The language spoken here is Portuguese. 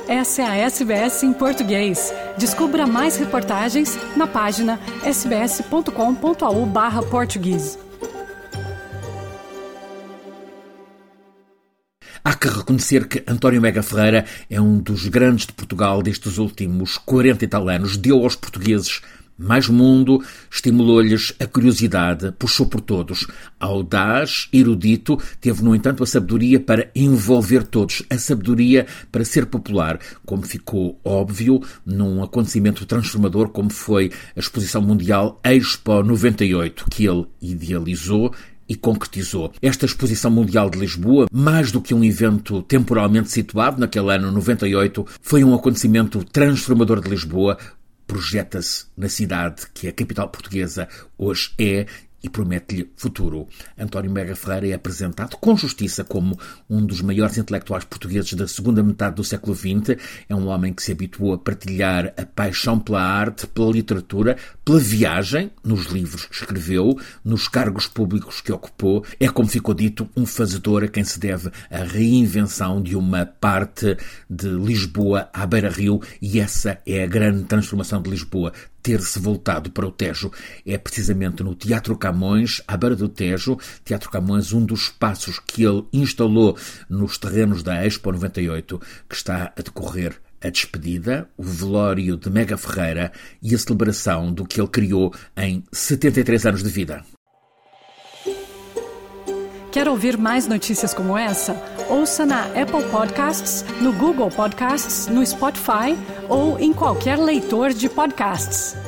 Essa é a SBS em português. Descubra mais reportagens na página sbs.com.au/português. Há que reconhecer que António Mega Ferreira é um dos grandes de Portugal destes últimos 40 e tal anos. Deu aos portugueses mais mundo, estimulou-lhes a curiosidade, puxou por todos. Audaz, erudito, teve, no entanto, a sabedoria para envolver todos, a sabedoria para ser popular, como ficou óbvio num acontecimento transformador como foi a Exposição Mundial Expo 98, que ele idealizou e concretizou. Esta Exposição Mundial de Lisboa, mais do que um evento temporalmente situado naquele ano 98, foi um acontecimento transformador de Lisboa. Projeta-se na cidade que a capital portuguesa hoje é e promete-lhe futuro. António Mega Ferreira é apresentado com justiça como um dos maiores intelectuais portugueses da segunda metade do século XX. É um homem que se habituou a partilhar a paixão pela arte, pela literatura, pela viagem, nos livros que escreveu, nos cargos públicos que ocupou. É, como ficou dito, um fazedor a quem se deve a reinvenção de uma parte de Lisboa à Beira-Rio, e essa é a grande transformação de Lisboa. Ter-se voltado para o Tejo é precisamente no Teatro Camões, à beira do Tejo. Teatro Camões, um dos espaços que ele instalou nos terrenos da Expo 98, que está a decorrer a despedida, o velório de Mega Ferreira e a celebração do que ele criou em 73 anos de vida. Quer ouvir mais notícias como essa? Ouça na Apple Podcasts, no Google Podcasts, no Spotify ou em qualquer leitor de podcasts.